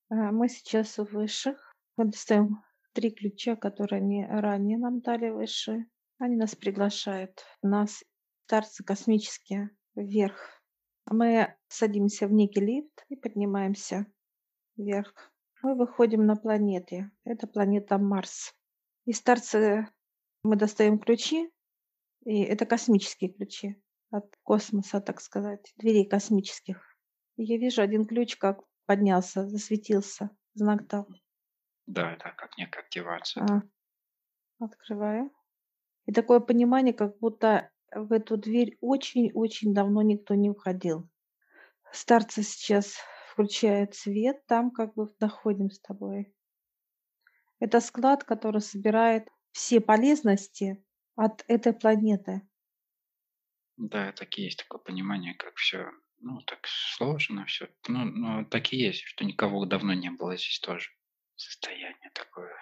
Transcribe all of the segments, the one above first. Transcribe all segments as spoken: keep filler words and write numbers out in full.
А, Мы сейчас у высших. Мы достаем три ключа, которые они ранее нам дали высшие. Они нас приглашают, нас, старцы космические, вверх. Мы садимся в некий лифт и поднимаемся вверх. Мы выходим на планеты. Это планета Марс. И старцы, мы достаем ключи, и это космические ключи от космоса, так сказать, дверей космических. И я вижу один ключ, как поднялся, засветился, знак дал. Да, да, как некая активация, да. А, Открываю. И такое понимание, как будто в эту дверь очень-очень давно никто не входил. Старцы сейчас включают свет, там как бы находим с тобой. Это склад, который собирает все полезности от этой планеты. Да, так и есть такое понимание, как все, ну, так сложно все. Ну, ну, так и есть, что никого давно не было здесь тоже. Состояние такое.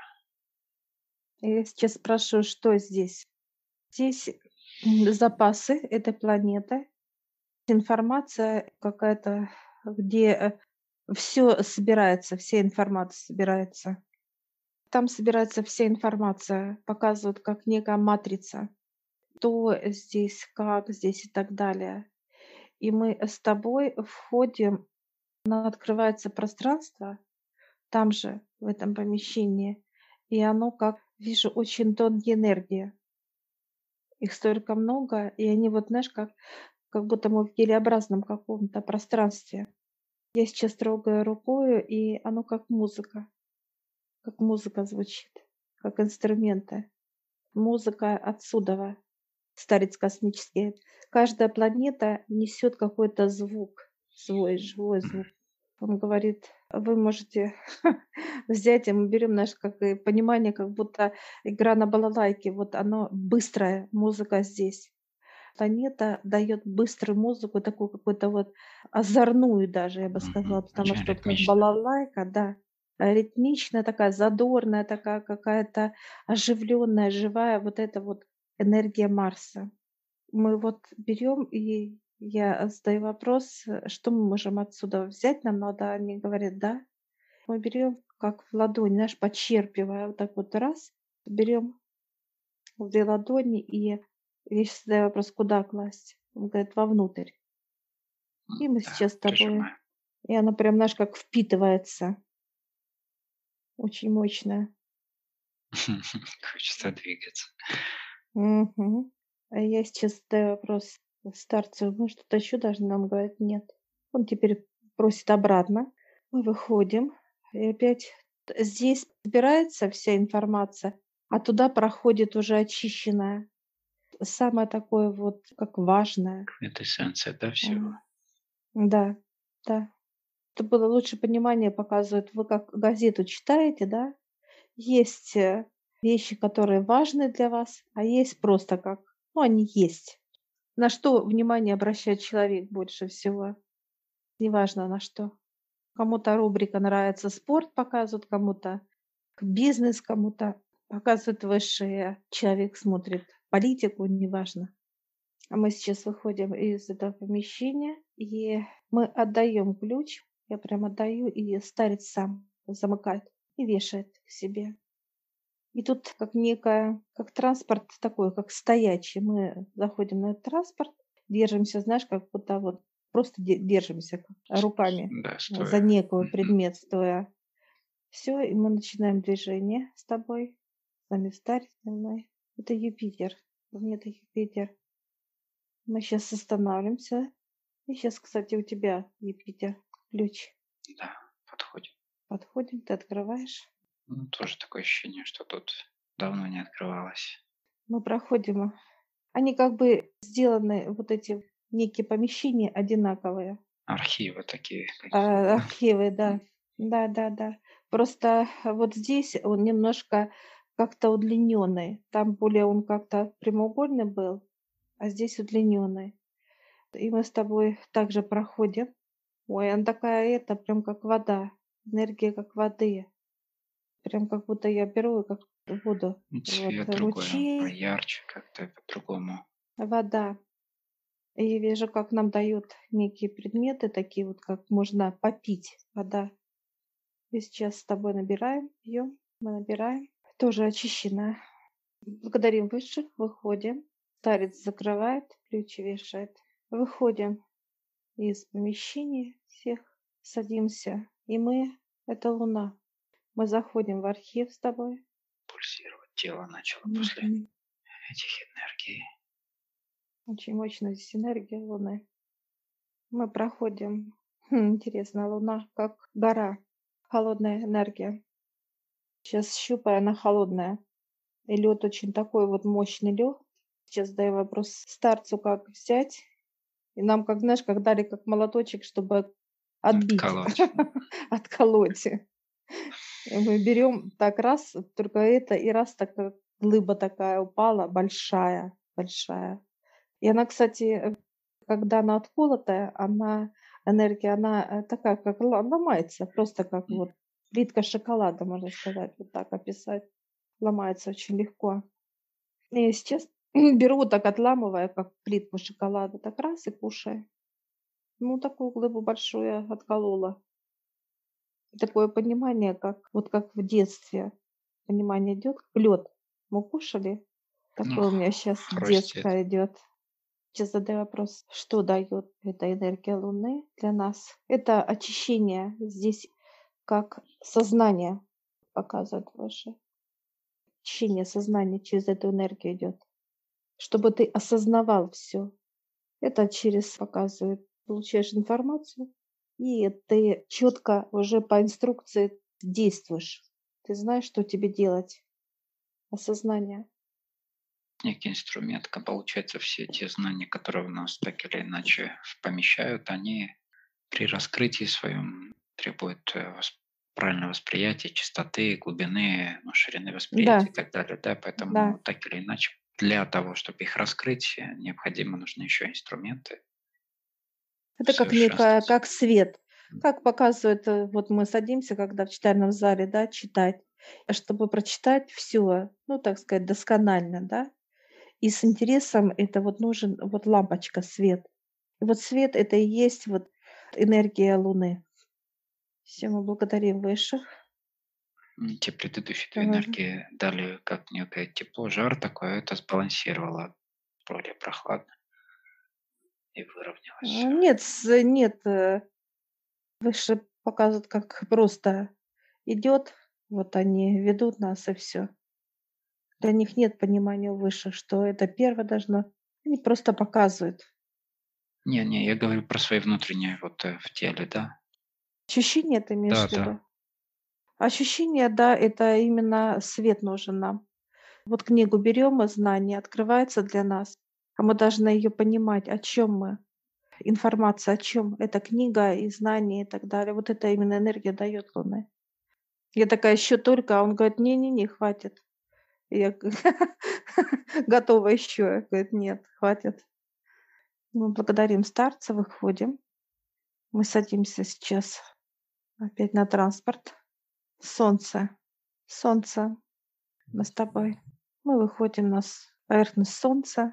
И я сейчас спрашиваю, что здесь? Здесь м, запасы этой планеты, информация какая-то, где все собирается, вся информация собирается. Там собирается вся информация, показывают как некая матрица, то здесь, как здесь и так далее. И мы с тобой входим, но открывается пространство там же, в этом помещении, и оно, как вижу, очень тонкие энергии. Их столько много, и они вот, знаешь, как как будто мы в гелеобразном каком-то пространстве. Я сейчас трогаю рукою, и оно как музыка, как музыка звучит, как инструменты. Музыка отсюда, старец космический. Каждая планета несет какой-то звук, свой живой звук. Он говорит: "Вы можете взять", и мы берем, знаешь, как и понимание, как будто игра на балалайке. Вот оно быстрая музыка здесь. Планета дает быструю музыку, такую какую-то вот озорную даже, я бы сказала, Мгм. потому Очень что вот как ритмично. балалайка, да, э, ритмичная такая, задорная такая, какая-то оживленная, живая, вот эта вот энергия Марса. Мы вот берем, и я задаю вопрос, э, что мы можем отсюда взять, нам надо, они говорят, да. Мы берем, как в ладонь, знаешь, подчерпивая, вот так вот раз, берем в две ладони, и я щас задаю вопрос, куда класть. Он говорит, вовнутрь. М, И мы Да, сейчас с тобой, прижимаю. и оно прям, знаешь, как впитывается, очень мощно. Хочется двигаться. Мгм. А я сейчас задаю вопрос старцу, мы что-то еще должны? Нам говорят, нет. Он теперь просит обратно. Мы выходим, и опять здесь собирается вся информация, а туда проходит уже очищенная. Самое такое вот, как важное. Это эссенция, да, А, всего. да, да. Чтобы было лучше понимание, показывают. Вы как газету читаете, да? Есть, э, вещи, которые важны для вас, а есть просто как, ну, они есть. На что внимание обращает человек больше всего? Неважно на что. Кому-то рубрика нравится, спорт показывают, кому-то бизнес, кому-то показывают высшее. Человек смотрит политику, неважно. А мы сейчас выходим из этого помещения, и мы отдаем ключ. Я прям отдаю, и старец сам замыкает и вешает к себе. И тут как некая, как транспорт такой, как стоячий. Мы заходим на этот транспорт, держимся, знаешь, как будто вот просто де- держимся как руками Да, за стоя. некую Мгм. предмет стоя. Все, и мы начинаем движение с тобой. С нами старец, со мной. Это Юпитер. Планета Юпитер. Мы сейчас останавливаемся. И сейчас, кстати, у тебя, Юпитер, ключ. Да, подходит. Подходим, ты открываешь. Ну, тоже такое ощущение, что тут давно не открывалось. Мы проходим. Они как бы сделаны, вот эти некие помещения одинаковые. Архивы такие какие-то, А, да? архивы, да. Да-да-да. Просто вот здесь он немножко как-то удлиненный. Там более он как-то прямоугольный был, а здесь удлиненный. И мы с тобой также проходим. Ой, она такая, это, прям как вода, энергия как воды. Прям как будто я беру и как воду. Ну, Вот цвет другой, он ручей, поярче, как-то по-другому. вода. И я вижу, как нам дают некие предметы, такие вот, как можно попить вода. И сейчас с тобой набираем, пьем, мы набираем. Тоже очищенная. Благодарим Высших, выходим. Старец закрывает, ключи вешает. Выходим из помещения всех, садимся. И мы, это Луна. Мы заходим в архив с тобой. Пульсировать тело начало после Мгм. этих энергий. Очень мощная здесь энергия Луны. Мы проходим. Хм, интересно, Луна как гора. Холодная энергия. Сейчас щупаю, она холодная. И лед очень такой вот мощный лед. Сейчас задаю вопрос старцу, как взять. И нам, как знаешь, как дали как молоточек, чтобы отбить, Отколоть. отколоть. И мы берем так раз, только это, и раз такая глыба такая упала, большая, большая. И она, кстати, э, когда она отколотая, она, энергия, она э, такая, как ла- ломается, просто как М. вот плитка шоколада, можно сказать, вот так описать. Ломается очень легко. И я сейчас беру вот так, отламывая, как плитку шоколада, так раз и кушаю. Ну, такую глыбу большую я отколола. Такое понимание, как вот как в детстве. Понимание идет, лед. Мы кушали. Ну, Такое у меня сейчас хрустит. детское идет. Сейчас задаю вопрос, что дает эта энергия Луны для нас? Это очищение здесь как сознание показывает ваше. Очищение сознания через эту энергию идет. Чтобы ты осознавал все. Это через показывает, получаешь информацию, и ты четко уже по инструкции действуешь. Ты знаешь, что тебе делать. Осознание. Некий инструмент, ка получается, все те знания, которые в нас так или иначе помещают, они при раскрытии своем требуют э, вос- правильного восприятия, частоты, глубины, ну, ширины Да, восприятия и так далее. Да? да. Поэтому так или иначе, для того, чтобы их раскрыть, э, необходимо нужны еще инструменты Это как некая, усовершенствовать. как свет. Как показывает, э, вот мы садимся, когда в читальном зале, да, читать. А чтобы прочитать все, ну, так сказать, досконально, да, и с интересом, это вот нужен вот лампочка, свет. И вот свет — это и есть вот энергия Луны. Все, мы благодарим Высших. М, Те предыдущие две Тоже. энергии дали как некое тепло, жар такое, это сбалансировало более прохладно и выровнялось А, все. нет, с нет, э, выше показывают, как просто идет, вот они ведут нас и все. Для них нет понимания у высших, что это первое должно. Они просто показывают. Не-не, я говорю про свои внутренние вот э, в теле, да. Ощущение ты имеешь Да, в да. виду? Ощущение, да, это именно свет нужен нам. Вот книгу берем мы, знание открывается для нас, а мы должны ее понимать, о чем мы. Информация о чем? Это книга и знания и так далее. Вот это именно энергия дает Луны. Я такая: "Еще только", а он говорит: "Не-не-не, хватит". Я г готова еще. Говорит: "Нет, хватит". Мы благодарим старца, выходим. Мы садимся сейчас опять на транспорт. Солнце, солнце, мы с тобой. Мы выходим на с поверхность солнца.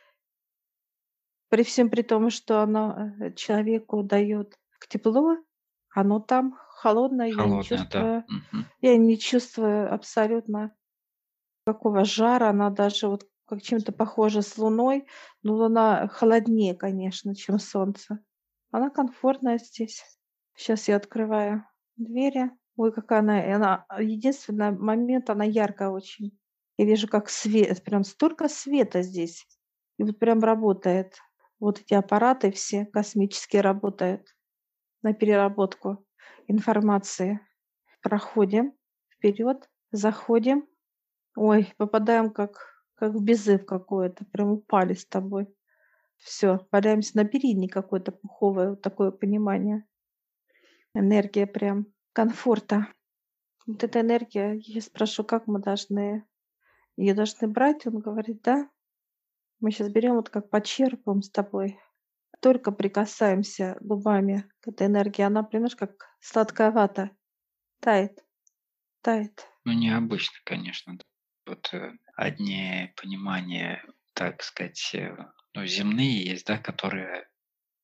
При всем при том, что оно, э, человеку дает тепло, оно там холодное. Я не Холодная, да. чувствую Мгм. я не чувствую абсолютно какого жара. Она даже вот как чем-то похожа с Луной, но Луна холоднее, конечно, чем Солнце. Она комфортная здесь. Сейчас я открываю двери. Ой, какая она, и она, а, единственный момент, она яркая очень. Я вижу, как свет, прям столько света здесь. И вот прям работает. Вот эти аппараты все космические работают на переработку информации. Проходим вперед, заходим. Ой, попадаем как как в бездну какое-то, прям упали с тобой. Все, валяемся на перине какое-то пуховое, вот такое понимание. Энергия прям комфорта. Вот эта энергия, я спрашиваю, как мы должны ее должны брать? Он говорит: "Да, мы сейчас берем, вот как почерпываем с тобой, только прикасаемся губами к этой энергии, она, понимаешь, как сладкая вата, тает, тает". Ну, необычно, конечно. Да. Вот э, одни понимания, так сказать, э, ну, земные есть, да, которые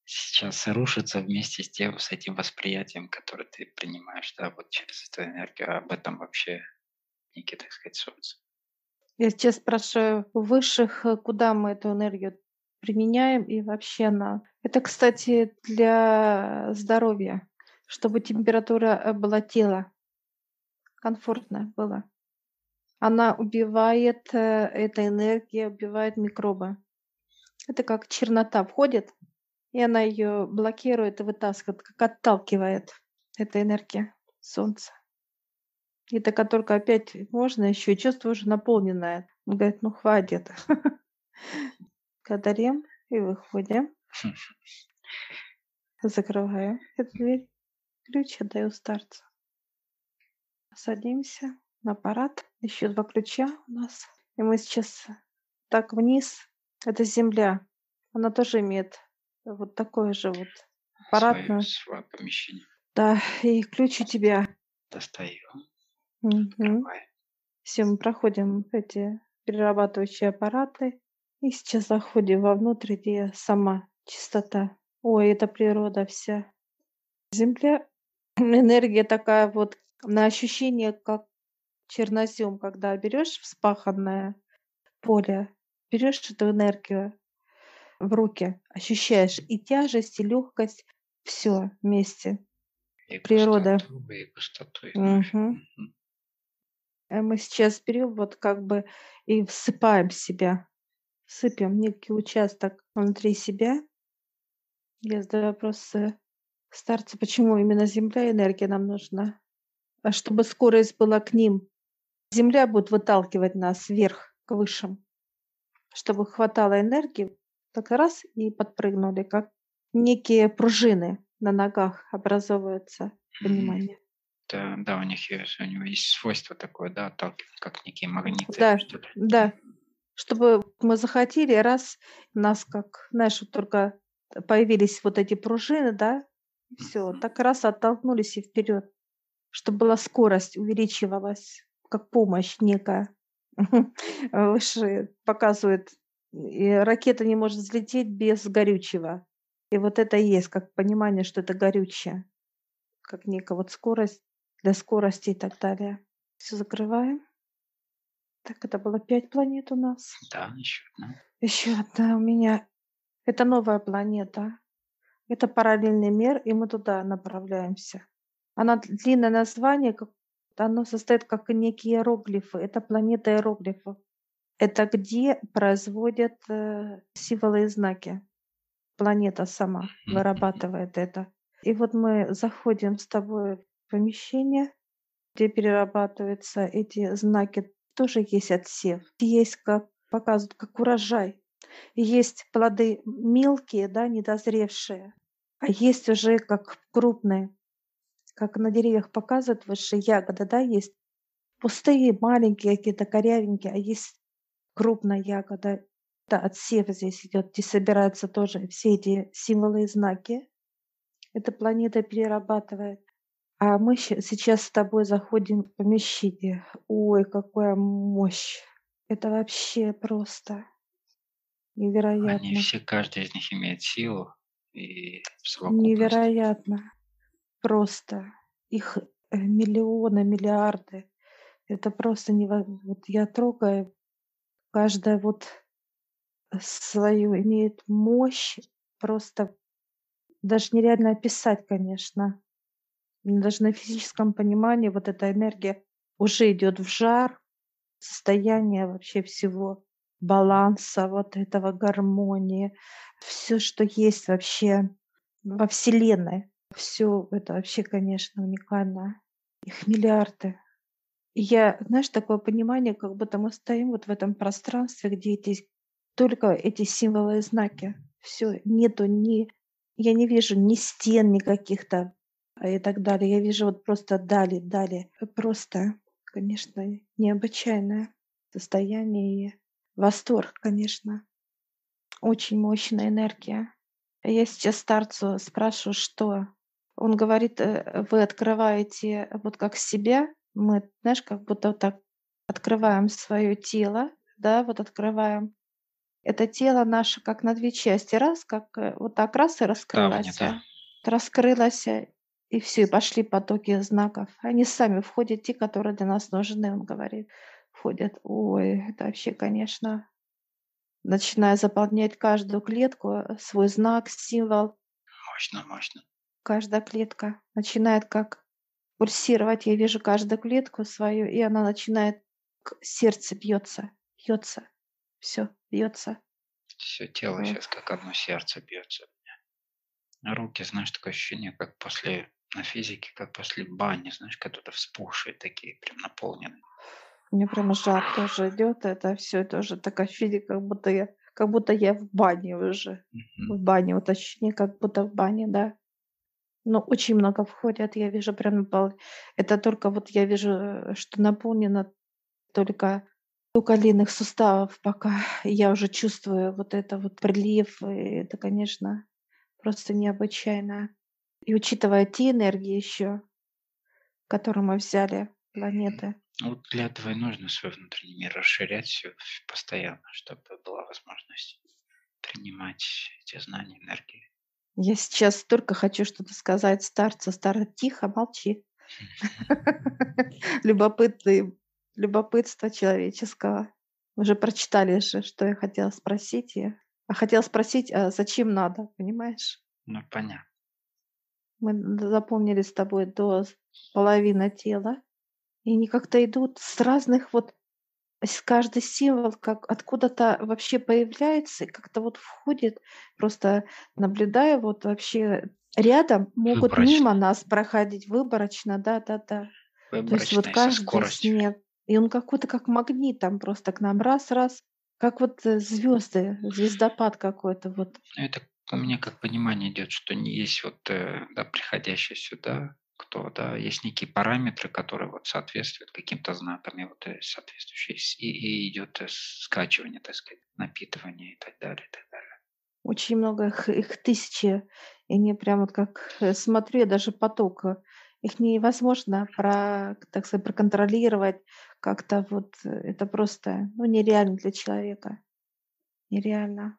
сейчас рушится вместе с тем, с этим восприятием, которое ты принимаешь, да, вот через эту энергию. Об этом вообще некий, так сказать, солнце. Я сейчас спрашиваю у высших, э, куда мы эту энергию применяем и вообще на это, кстати, для здоровья, чтобы температура, э, была тела комфортная была. Она убивает, э, эта энергия убивает микробы. Это как чернота входит, и она ее блокирует и вытаскивает, как отталкивает эта энергия солнца. И такая только опять можно еще, и чувство уже наполненное. Он говорит: "Ну, хватит". Кадарим и выходим. Закрываем эту дверь. Ключ отдаю старцу. Садимся на аппарат. Еще два ключа у нас. И мы сейчас так вниз. Это земля. Она тоже имеет вот такое же вот Свое, аппаратное. свое помещение. Да, и ключ у тебя. Достаю, Мгм. открываю. Все, мы проходим эти перерабатывающие аппараты. И сейчас заходим вовнутрь, где сама чистота. Ой, это природа вся. Земля, энергия такая вот на ощущение, как чернозем, когда берешь вспаханное поле, берешь эту энергию в руки, ощущаешь и тяжесть, и легкость, все вместе. И Природа. пустоту, и пустоту износит. Мгм. Мгм. А мы сейчас берем вот как бы и всыпаем в себя, сыпем некий участок внутри себя. Я задаю вопрос э, старцу, почему именно Земля энергия нам нужна? А чтобы скорость была к ним. Земля будет выталкивать нас вверх, к высшим, чтобы хватало энергии. Так раз и подпрыгнули, как некие пружины на ногах образовываются. Мгм. Понимание. Да, да, у них есть, у него есть свойство такое, да, отталкивать, как некие магниты, Да, что ли. да. Чтобы мы захотели, раз нас как, знаешь, вот только появились вот эти пружины, да, все, Мгм. так раз оттолкнулись и вперед, чтобы была скорость, увеличивалась, как помощь некая. Выше показывает, и ракета не может взлететь без горючего. И вот это и есть как понимание, что это горючее, как некая вот скорость для скорости и так далее. Все закрываем. Так, это было пять планет у нас. Да, еще одна. Еще одна у меня. Это новая планета. Это параллельный мир, и мы туда направляемся. Она д- длинное название, как, оно состоит как некие иероглифы. Это планета иероглифов. Это где производят э, символы и знаки. Планета сама Мгм, мгм. вырабатывает это. И вот мы заходим с тобой в помещение, где перерабатываются эти знаки. Тоже есть отсев. Есть, как показывают, как урожай. И есть плоды мелкие, да, недозревшие, а есть уже как крупные, как на деревьях показывают выше ягоды, да, есть пустые, маленькие, какие-то корявенькие, а есть крупная ягода. Да, отсев здесь идет, где собираются тоже все эти символы и знаки. Эта планета перерабатывает. А мы ща- сейчас с тобой заходим в помещение. Ой, какая мощь! Это вообще просто Они невероятно. все, каждый из них имеет силу и в совокупности. Невероятно. Просто их, э, миллионы, миллиарды. Это просто нево вот я трогаю, каждая вот, э, свою имеет мощь, просто даже нереально описать, конечно. М, даже на физическом понимании вот эта энергия уже идет в жар, состояние вообще всего баланса, вот этого гармонии. Все, что есть вообще во Вселенной. Все это вообще, конечно, уникально. Их миллиарды. И я, знаешь, такое понимание, как будто мы стоим вот в этом пространстве, где эти только эти символы и знаки. Все, нету ни я не вижу ни стен, ни каких-то, а, и так далее. Я вижу вот просто дали, дали. Э, просто, конечно, необычайное состояние и восторг, конечно. Очень мощная энергия. Я сейчас старцу спрашиваю, что? Он говорит, э, вы открываете вот как себя. Мы, знаешь, как будто вот так открываем свое тело, да, вот открываем. Это тело наше как на две части. Раз, как, э, вот так раз и Ставни, раскрылось. да. Раскрылось, э, и все, и пошли потоки знаков. Они сами входят, те, которые для нас нужны, он говорит, входят. Ой, это вообще, конечно, начиная заполнять каждую клетку, э, свой знак, символ. Мощно, мощно. Каждая клетка начинает как пульсировать. Я вижу каждую клетку свою, и она начинает, к сердце бьется, бьется, все бьется. Все тело Вот. сейчас как одно сердце бьется. А руки, знаешь, такое ощущение, как после на физике, как после бани, знаешь, когда-то вспухшие такие, прям наполненные. Мне прямо жар тоже идет. Это все тоже такая ощущение, как будто я как будто я в бане уже. В Мгм. бане, вот ощущение, как будто в бане, да. Но очень много входят, я вижу прям напол это только вот я вижу, э, что наполнено только до коленных суставов пока. Я уже чувствую вот это вот прилив, и это, конечно, просто необычайно. И учитывая те энергии еще, которые мы взяли, планеты. Ну, вот для этого и нужно свой внутренний мир расширять все постоянно, чтобы была возможность принимать эти знания, энергии. Я сейчас только хочу что-то сказать старцу. Старый: "Тихо, молчи". Любопытный любопытство человеческого. Уже прочитали же, что я хотела спросить я. А хотела спросить, а зачем надо, понимаешь? Ну, понятно. Мы н заполнили с тобой до с половины тела, и они как-то идут с разных вот с каждый символ как откуда-то вообще появляется и как-то вот входит. Просто наблюдая, вот вообще рядом могут мимо Выборочно. нас проходить выборочно, да-да-да. То есть вот Выборочно и со каждый скоростью. снег, и он какой-то как магнитом просто к нам раз-раз, как вот, э, звезды, звездопад какой-то вот. Ну, это у меня как понимание идет, что не есть вот, э, да, приходящий сюда, кто, да, есть некие параметры, которые вот соответствуют каким-то знакам, и вот э, соответствующие, с- и, и идет э, скачивание, так сказать, напитывание и так далее, и так далее. Очень много их, их тысячи. И они прям вот как, э, смотрю, я даже поток, э, их невозможно про, так сказать, проконтролировать как-то вот. э, Это просто, ну, нереально для человека. Нереально.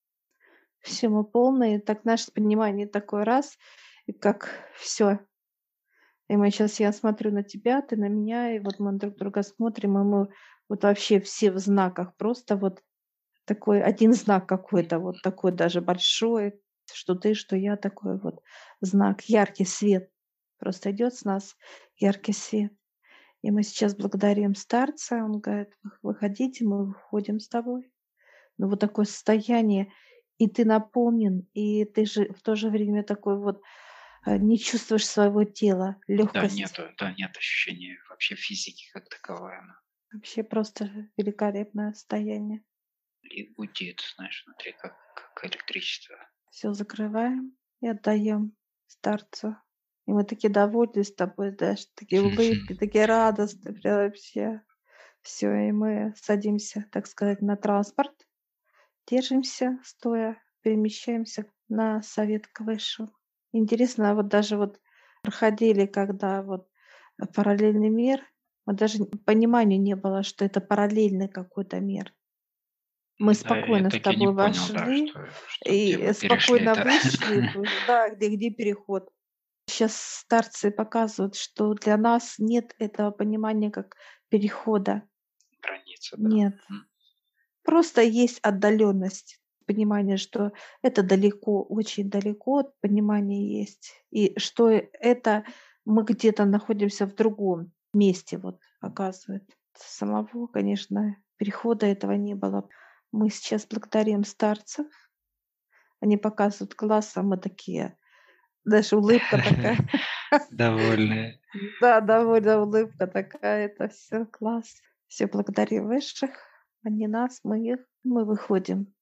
Все мы полные. Так наше понимание такой раз, и как все. И мы сейчас, я смотрю на тебя, ты на меня, и вот мы друг друга смотрим, и мы вот вообще все в знаках. Просто вот такой один знак какой-то, вот такой даже большой, что ты, что я, такой вот знак, яркий свет. Просто идет с нас яркий свет. И мы сейчас благодарим старца. Он говорит: «Вы- выходите, мы выходим с тобой. Ну, вот такое состояние, и ты наполнен, и ты же в то же время такой вот э, не чувствуешь своего тела, Да, легкость. нету, да, нет ощущения вообще физики как таковой. Она Вообще просто великолепное состояние. и гудит, знаешь, внутри как, как электричество. Все закрываем и отдаем старцу. И мы такие довольны с тобой, знаешь, такие улыбки, такие радостные, прям вообще. Все, и мы садимся, так сказать, на транспорт, держимся стоя, перемещаемся на совет к высшему. Интересно, вот даже вот проходили, когда вот э, параллельный мир, вот даже понимания не было, что это параллельный какой-то мир. Мы Да, я спокойно с так и не тобой понял, да, вошли что, что где и вы перешли спокойно это. вышли, п да, где где переход. Сейчас старцы показывают, что для нас нет этого понимания как перехода. Граница, да. Нет. М. Просто есть отдаленность, понимание, что это далеко, очень далеко, понимание есть. И что это мы где-то находимся в другом месте, вот, оказывает. Самого, конечно, перехода этого не было. Мы сейчас благодарим старцев. Они показывают класс, а мы такие, даже улыбка такая. Довольные. Да, довольно улыбка такая. Это все класс. Все благодарим высших. Они нас, мы их. Мы выходим.